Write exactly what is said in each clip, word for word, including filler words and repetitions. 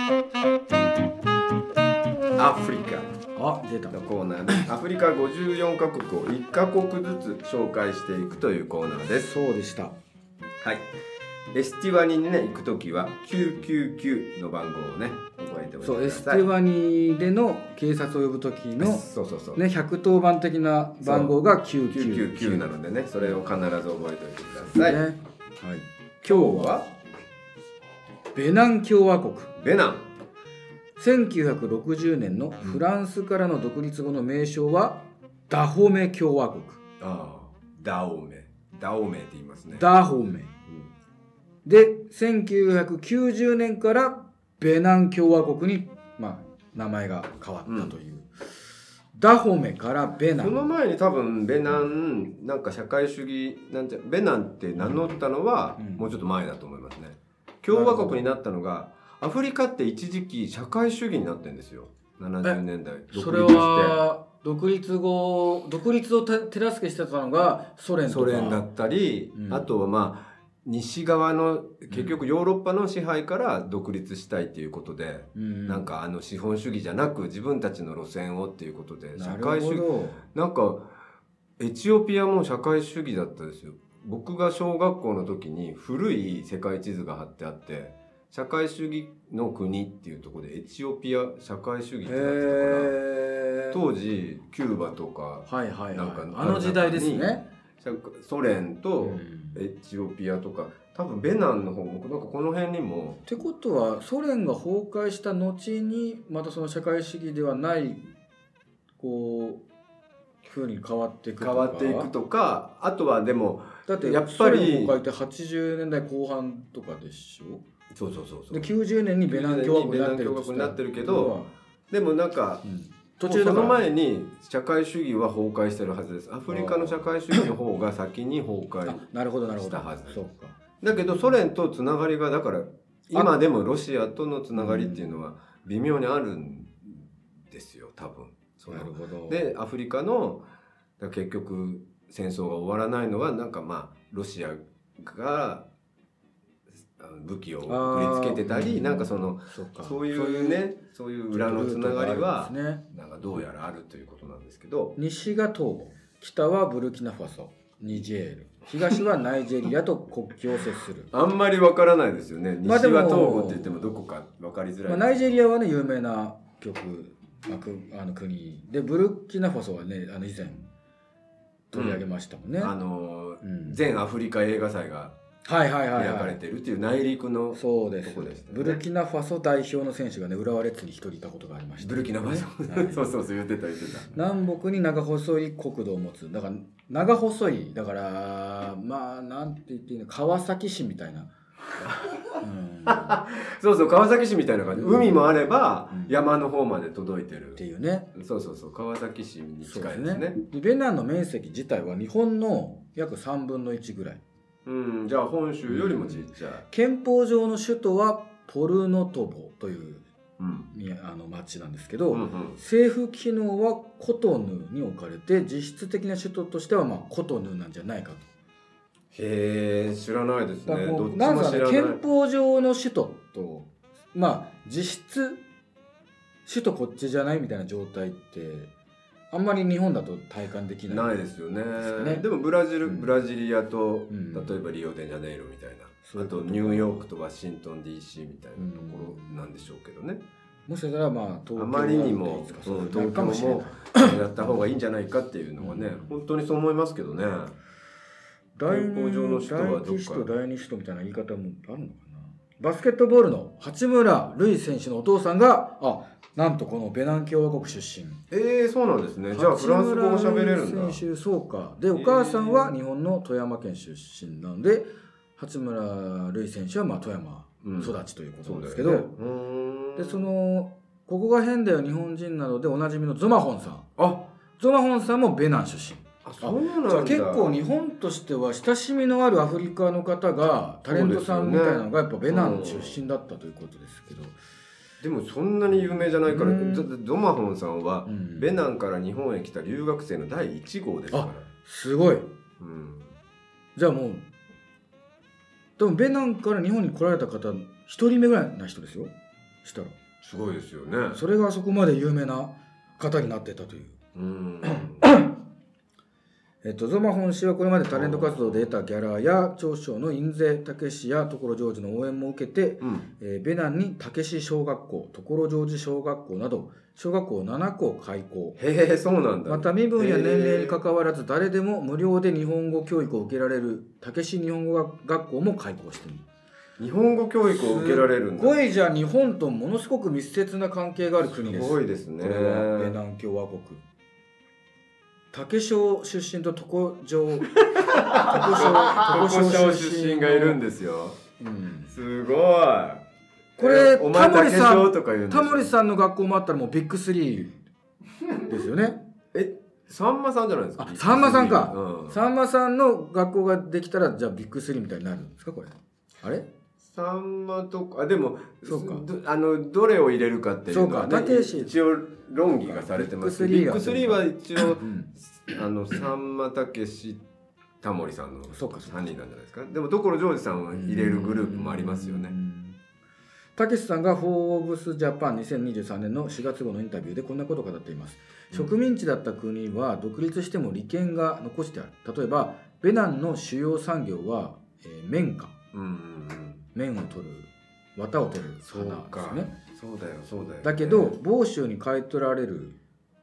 アフリカあ、出たのコーナーでアフリカごじゅうよんカ国をいっカ国ずつ紹介していくというコーナーです。 そうでした。 はい。エスティワニにね行くときはきゅうきゅうきゅうの番号をね覚えておいてください。 そう、エスティワニでの警察を呼ぶときのそうそうそう、 ね、ひゃくとおばん的な番号がきゅうきゅうきゅうきゅうきゅうきゅうなのでね、それを必ず覚えておいてください。ね、はい。 今日はベナン共和国。 ベナン。 せんきゅうひゃくろくじゅうねんのフランスからの独立後の名称はダホメ共和国。 ああ、ダオメ。ダオメって言いますね。 ダホメ。うん、で、せんきゅうひゃくきゅうじゅうねんからベナン共和国に、まあ、名前が変わったという。うん、ダホメからベナン。 その前に多分ベナン、なんか社会主義、なんて、ベナンって名乗ったのはもうちょっと前だと思いますね。共和国になったのが、アフリカって一時期社会主義になってるんですよ。ななじゅうねんだい。 それは独立後、独立を手助けしてたのがソ連とか。 ソ連だったり、うん、あとはまあ西側の結局ヨーロッパの支配から独立したいっていうことで、うん、なんかあの資本主義じゃなく自分たちの路線をっていうことで社会主義、なんかエチオピアも社会主義だったですよ。僕が小学校の時に古い世界地図が貼ってあって。社会主義の国っていうところでエチオピア社会主義ってなってたから当時キューバとかなんかあの時代ですね。 ソ連とエチオピアとか多分ベナンの方もなんかこの辺にもってことはソ連が崩壊した後にまたその社会主義ではないこう風に変わっていくとか変わっていくとかあとはでもだってやっぱりソ連崩壊ってはちじゅうねんだいこう半とかでしょ。 そうそうそうそうできゅうじゅうねんにベナン共和国になってるになってるけどでもなんか、うん、 途中その前に社会主義は崩壊してるはずです。アフリカの社会主義の方が先に崩壊したはず。 そうか。 だけどソ連とつながりがだから今でもロシアとのつながりっていうのは微妙にあるんですよ多分。 なるほど。 でアフリカの結局戦争が終わらないのはなんかまあロシアが武器を送りつけてたり、うん、なんかその そ, そういうねそういう裏のつながりは、ね、なんかどうやらあるということなんですけど西がトーゴ北はブルキナファソニジェール東はナイジェリアと国境を接するあんまりわからないですよね。西はトーゴって言ってもどこかわかりづらい、 まあ、ナイジェリアはね有名な曲あの国でブルキナファソはねあの以前取り上げましたもんね、 うん、あの、うん、全アフリカ映画祭がはいはいはい、はい、 開かれているっていう内陸のそうですとこです、ね、ブルキナファソ代表の選手がね浦和レッズに一人いたことがありました、 ね、ブルキナファソ、はい、そうそうそう言ってた言ってた南北に長細い国土を持つだから長細いだからまあなんて言っていいの川崎市みたいな、 うん、そうそう川崎市みたいな感じ、うん、海もあれば山の方まで届いてるっていうね、 そうそうそう川崎市に近いですね。 でベナンの面積自体は日本の約さんぶんのいちぐらい。 うん、じゃあ本州よりもちっちゃい、うん、 憲法上の首都はポルノトボという、うん、あの町なんですけど、うんうん、政府機能はコトヌーに置かれて実質的な首都としてはまあコトヌーなんじゃないかと。 へえ知らないですね。どっちも知らない。なんかね憲法上の首都とまあ実質首都こっちじゃないみたいな状態ってあんまり日本だと体感できないないですよ ね, ねでもブラジル、うん、ブラジリアと、うん、例えばリオデジャネイロみたいな、うん、あとニューヨークとワシントン ディーシー みたいなところなんでしょうけどね、 うん、もしかしたらまあ東京あまりにも、うん、東京もやった方がいいんじゃないかっていうのはね、うん、本当にそう思いますけどね。 憲法上の首都はどっか第一首都第二首都みたいな言い方もあるのかな。バスケットボールの八村塁選手のお父さんがあなんとこのベナン共和国出身。 えー、そうなんですね。じゃあフランス語も喋れるんだ。 選手そうか。でお母さんは日本の富山県出身なので、八村塁選手はまあ富山育ちということなんですけど、うんね、でそのここが変だよ日本人などでおなじみのゾマホンさん。あ、ゾマホンさんもベナン出身。 あ、そうなんだ。 じゃあ結構日本としては親しみのあるアフリカの方がタレントさんみたいなのがやっぱベナン出身だったということですけど。 でもそんなに有名じゃないから、うん、ゾマホンさんはベナンから日本へ来た留学生のだいいち号ですから。あ、 すごい、うん、じゃあもう多分ベナンから日本に来られた方ひとりめぐらいな人ですよ。 したらすごいですよね。 それがそこまで有名な方になってたという。 うんえっと、ゾマホン氏はこれまでタレント活動で得たギャラや長所の印税たけしや所ジョージの応援も受けて、うんえー、ベナンにたけし小学校、所ジョージ小学校など小学校ななこ開校。 へえ、そうなんだ。 また身分や年齢にかかわらず誰でも無料で日本語教育を受けられるたけし日本語学校も開校している。 日本語教育を受けられるんだ。 すごいじゃあ日本とものすごく密接な関係がある国です。 すごいですね。 これはベナン共和国。竹小出身と床上床小出身がいるんですよ、うん、すごい。 これタモリさんタモリさんの学校もあったらもうビッグスリーですよね。 えさんまさんじゃないですか。 あさんまさんか、うん、さんまさんの学校ができたらじゃあビッグスリーみたいになるんですかこれ。あれさんまとか、あでもそうかどあのどれを入れるかっていうのは、ね、 そうか一応論議がされてます。ビッグスリーは一応あのさんまたけしタモリさんのさんにんなんじゃないですか。でも所ジョージさんを入れるグループもありますよね。 たけしさんが「フォーブスジャパンにせんにじゅうさんねんのしがつ号のインタビューでこんなことを語っています。うん、植民地だった国は独立しても利権が残してある。例えばベナンの主要産業は、えー、綿花、うんうんうん、綿を取る綿を取る花ですね。 そうだよそうだよ、ね、 だけど房州に買い取られる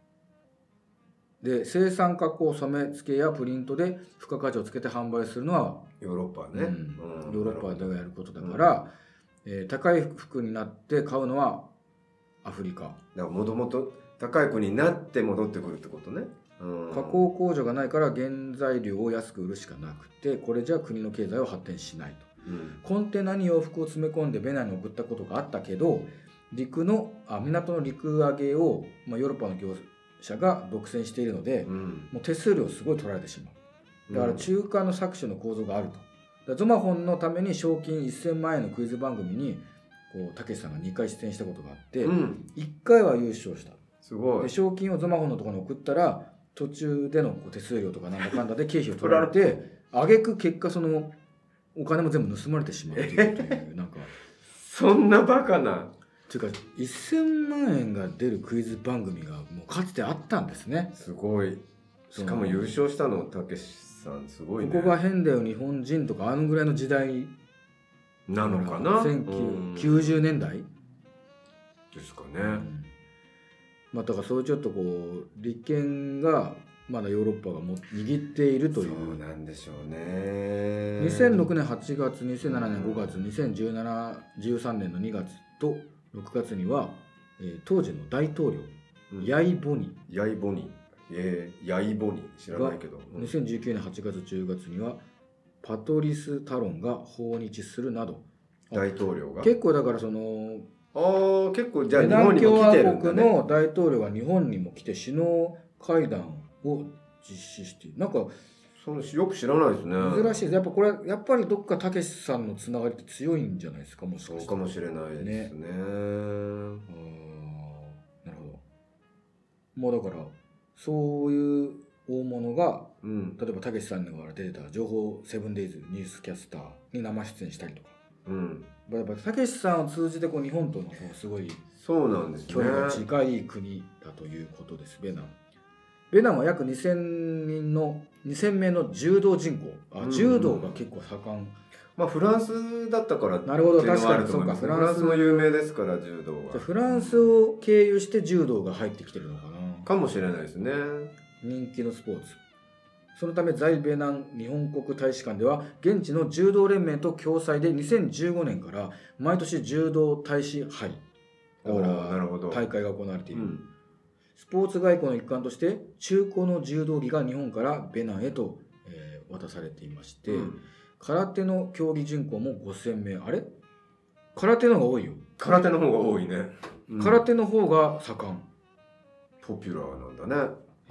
で生産加工染め付けやプリントで付加価値をつけて販売するのはヨーロッパね、 うんうん、ヨーロッパではやることだから、うんえー、高い服になって買うのはアフリカ。 だからもともと高い国になって戻ってくるってことね。 うん、加工工場がないから原材料を安く売るしかなくてこれじゃ国の経済は発展しないと、うん、コンテナに洋服を詰め込んでベナンに送ったことがあったけど陸のあ港の陸揚げを、まあ、ヨーロッパの業者が独占しているので、うん、もう手数料すごい取られてしまう。だから中間の搾取の構造があると。だからゾマホンのために賞金せんまんえんのクイズ番組にこうたけしさんがにかい出演したことがあって、うん、いっかいは優勝した。 すごい。 で賞金をゾマホンのところに送ったら途中でのこう手数料とかなんだかんだで経費を取られて挙句結果そのお金も全部盗まれてしまうというなんかそんなバカなというかせんまんえんが出るクイズ番組がもうかつてあったんですね。 すごい。しかも優勝したのたけしさんすごいね。 ここが変だよ日本人とかあのぐらいの時代なのかな。 せんきゅうじゅうねんだいですかね、 うんまあ、だからそういうちょっとこう利権がまだヨーロッパがも握っているという。 そうなんでしょうね。 にせんろくねんはちがつにせんななねんごがつにせんじゅうさんねんのにがつとろくがつには、えー、当時の大統領、うん、ヤイボニヤイボニえー、ヤイボニ知らないけど、 うん、にせんじゅうきゅうねんはちがつじゅうがつにはパトリス・タロンが訪日するなど大統領が結構だからそのあ結構じゃあ日本にも来てるんだね。 ベナン共和国の大統領が日本にも来て首脳会談を実施してなんかそのよく知らないですね。 珍しいです。やっぱこれやっぱりどっかたけしさんのつながりって強いんじゃないですか。もしかそうかもしれないですね。ねあなるほど。もうだからそういう大物が、うん、例えばたけしさんのから出てた情報セブンデイズニュースキャスターに生出演したりとか。うんやっぱたけしさんを通じてこう日本とのすごいそうなんですね。 距離が近い国だということです。ベナン。ベナンは約にせんにんのにせんめいの柔道人口。あ、うん、柔道が結構盛ん。 まあフランスだったからなるほど確かにそうかフランスも有名ですから柔道は。 じゃフランスを経由して柔道が入ってきてるのかな。 かもしれないですね。 人気のスポーツ。そのため在ベナン日本国大使館では現地の柔道連盟と共催でにせんじゅうごねんから毎年柔道大使杯だから大会が行われている、うん、スポーツ外交の一環として中古の柔道着が日本からベナンへと、えー、渡されていまして、うん、空手の競技人口もごせんめい。あれ空手の方が多いよ。 空手の方が多いね、 うん、空手の方が盛んポピュラーなんだね。へ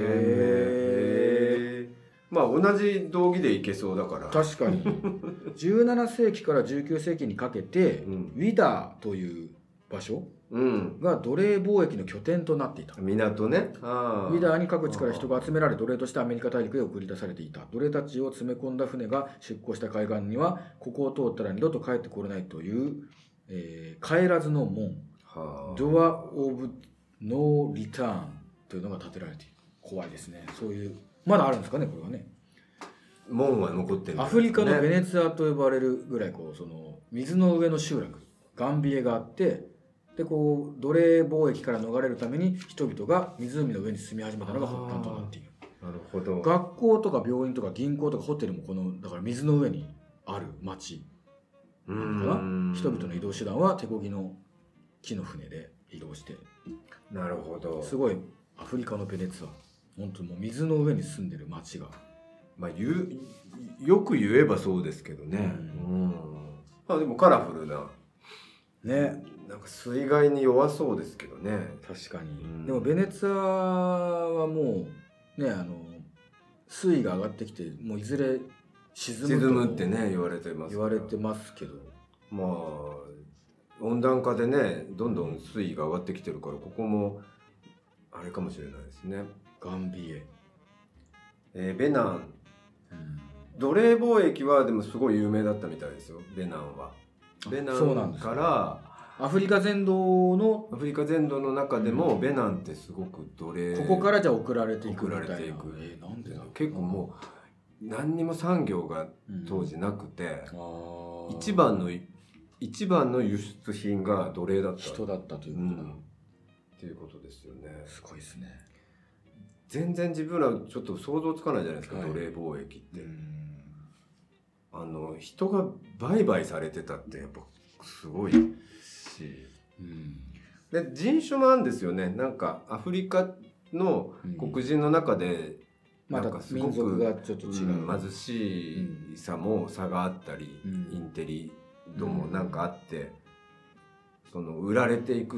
えまあ同じ道着でいけそうだから確かにじゅうななせいきからじゅうきゅうせいきにかけて、うん、ウィダーという場所が奴隷貿易の拠点となっていた。 港ねあウィダーに各地から人が集められ奴隷としてアメリカ大陸へ送り出されていた。奴隷たちを詰め込んだ船が出港した海岸にはここを通ったら二度と帰ってこれないというえー、帰らずの門、ドア・オブ・ノー・リターンというのが建てられている。怖いですね。そういうまだあるんですかね、これはね。 門は残ってるんですね。 アフリカのベネツィアと呼ばれるぐらいこうその水の上の集落ガンビエがあって、でこう奴隷貿易から逃れるために人々が湖の上に住み始めたのが発端となっている。 なるほど。 学校とか病院とか銀行とかホテルもこのだから水の上にある町なのかな。人々の移動手段は手漕ぎの木の船で移動して。 なるほど。 すごいアフリカのベネツィア、本当にもう水の上に住んでる町が。 まあ、言うよく言えばそうですけどね、うんうん、まあ、でもカラフルなね、 なんか水害に弱そうですけどね。 確かに、うん、でもベネツィアはもうね、あの水位が上がってきてもういずれ沈むと沈むってね言われてます言われてますけど、 まあ温暖化でねどんどん水位が上がってきてるからここもあれかもしれないですね。 ガンビエ、 えー、ベナン、うん、奴隷貿易はでもすごい有名だったみたいですよ、ベナンは。ベナンからアフリカ全土のアフリカ全土の中でも、うん、ベナンってすごく奴隷ここからじゃ送られていくみたいな。 送られていく、 えー、なんでだ結構もう何にも産業が当時なくて、うん、一番の一番の輸出品が奴隷だった、 人だったということだ、うん、 っていうことですよね。 すごいですね。 全然自分らちょっと想像つかないじゃないですか、はい、奴隷貿易って。うん、あの人が売買されてたってやっぱすごいし、うん、で人種もあるんですよね。なんかアフリカの黒人の中で、 うん、なんかすごくがちょっと違う、 うん、貧しいさも差があったり、うん、インテリ度もなんかあって、うん、その売られていく、うん、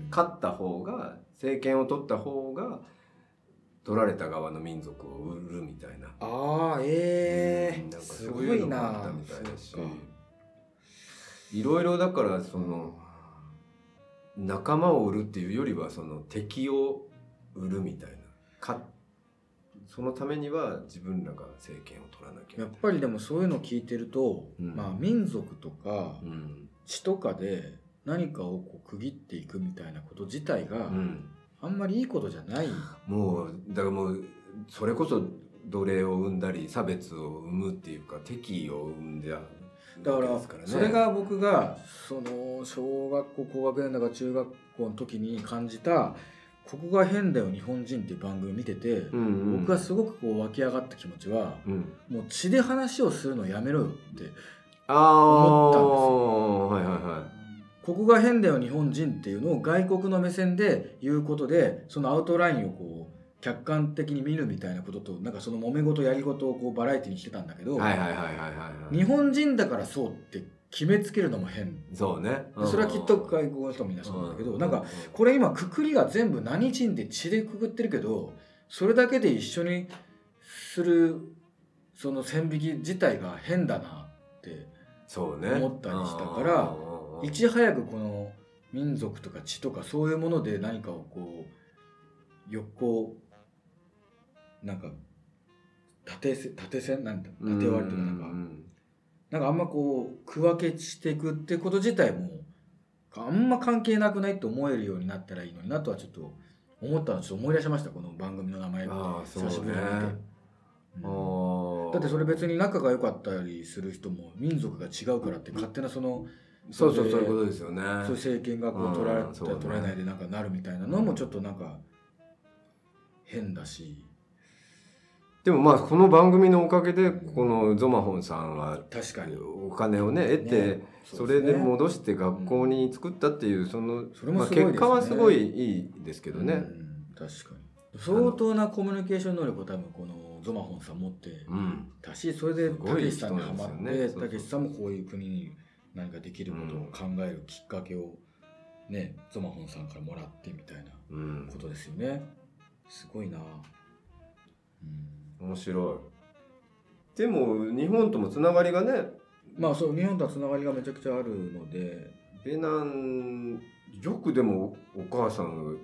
勝った方が政権を取った方が取られた側の民族を売るみたいな。 ああ、ええー、 なんかそういうのがあったみたいだし、いろいろだからその仲間を売るっていうよりはその敵を売るみたいな。かそのためには自分らが政権を取らなきゃ。 やっぱりでもそういうのを聞いてると、うん、まあ民族とか血とかで何かをこう区切っていくみたいなこと自体が、うん、あんまりいいことじゃない。 もうだからもうそれこそ奴隷を生んだり差別を生むっていうか敵意を生んであるだから、それが僕がその小学校高学年だか中学校の時に感じた「ここが変だよ日本人」っていう番組を見てて、うんうん、僕がすごくこう湧き上がった気持ちは、うん、もう血で話をするのやめろよって思ったんですよ。はいはいはい。ここが変だよ日本人っていうのを外国の目線で言うことでそのアウトラインをこう客観的に見るみたいなこととなんかその揉め事やり事をこうバラエティにしてたんだけど、日本人だからそうって決めつけるのも変。 そうね。 それはきっと外国の人もみんなそうなんだけど、なんかこれ今くくりが全部何人で血でくくってるけどそれだけで一緒にするその線引き自体が変だなって思ったりしたから、いち早くこの民族とか血とかそういうもので何かをこう横なんか縦線縦線なんだ縦割りとかなんかなんかあんまこう区分けしていくってこと自体もあんま関係なくないと思えるようになったらいいのになとはちょっと思ったのをちょっと思い出しました。この番組の名前を久しぶりに見て、うん、だってそれ別に仲が良かったりする人も民族が違うからって勝手なそのそうそうそういうことですよね。そういう政権がこう取られたり取られないでなんかなるみたいなのもちょっとなんか変だし。 でもまあこの番組のおかげでこのゾマホンさんは確かにお金をね得てそれで戻して学校に作ったっていうその結果はすごいいいですけどね。 確かに相当なコミュニケーション能力を多分このゾマホンさん持ってたし、それでたけしさんにハマってたけしさんもこういう国に何かできることを考えるきっかけをねゾマホンさんからもらってみたいなことですよね。すごいな。 面白い。でも日本ともつながりがね、 まあそう日本とはつながりがめちゃくちゃあるので、 ベナンよくでもお母さん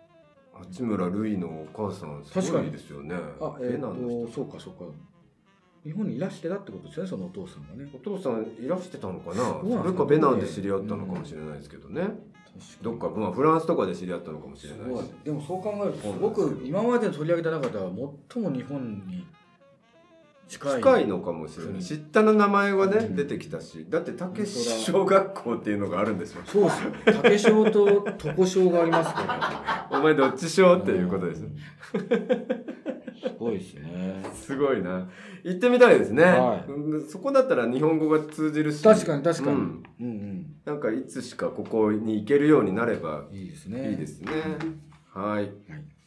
八村塁のお母さんすごいですよね。 あ、えー、ベナンの人そうかそうか。 日本にいらしてたってことですよね、そのお父さんがね。 お父さんいらしてたのかな。 そうなんですかね。 それかベナンで知り合ったのかもしれないですけどね、うん、どっか、まあ、フランスとかで知り合ったのかもしれないし。 でもそう考えるとすごく今まで取り上げた中では最も日本に近い近いのかもしれない。知ったの名前はね、うん、出てきたし、だって竹小学校っていうのがあるんでしょ。 そうですよ。竹小と床小がありますから、 お前どっち小っていうことです。 すごいですね。 すごいな。行ってみたいですね、はい、そこだったら日本語が通じるし。 確かに確かに、うんうんうん、なんかいつしかここに行けるようになればいいですね。いいですね。はい、はい。